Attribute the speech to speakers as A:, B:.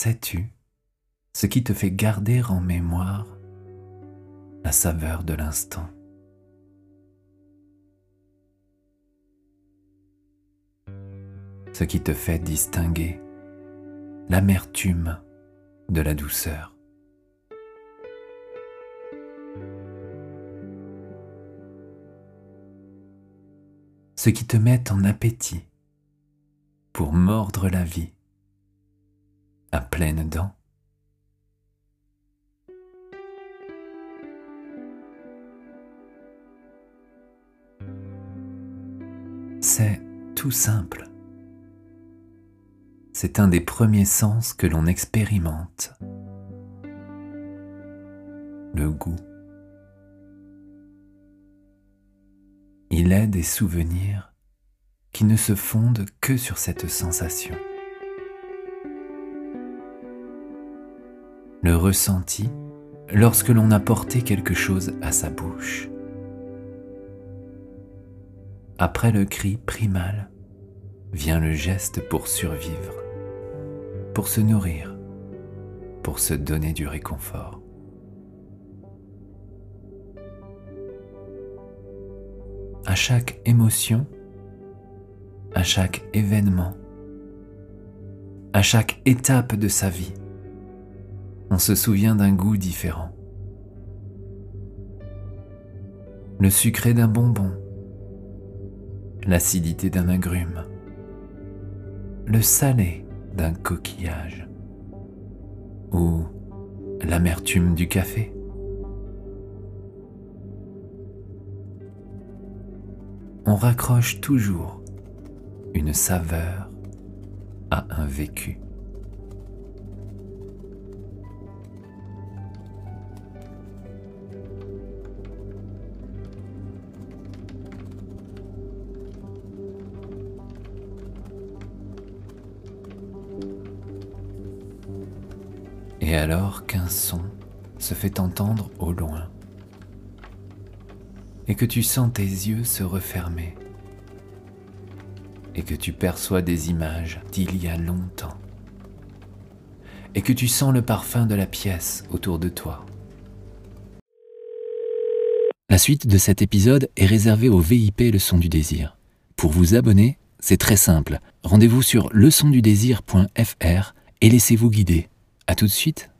A: sais-tu ce qui te fait garder en mémoire la saveur de l'instant? Ce qui te fait distinguer l'amertume de la douceur? Ce qui te met en appétit pour mordre la vie à pleines dents? C'est tout simple. C'est un des premiers sens que l'on expérimente. Le goût. Il est des souvenirs qui ne se fondent que sur cette sensation. Le ressenti lorsque l'on a porté quelque chose à sa bouche. Après le cri primal, vient le geste pour survivre, pour se nourrir, pour se donner du réconfort. À chaque émotion, à chaque événement, à chaque étape de sa vie, on se souvient d'un goût différent. Le sucré d'un bonbon, l'acidité d'un agrume, le salé d'un coquillage ou l'amertume du café. On raccroche toujours une saveur à un vécu. Et alors qu'un son se fait entendre au loin, et que tu sens tes yeux se refermer, et que tu perçois des images d'il y a longtemps, et que tu sens le parfum de la pièce autour de toi.
B: La suite de cet épisode est réservée au VIP Le Son du Désir. Pour vous abonner, c'est très simple. Rendez-vous sur leçondudésir.fr et laissez-vous guider. À tout de suite.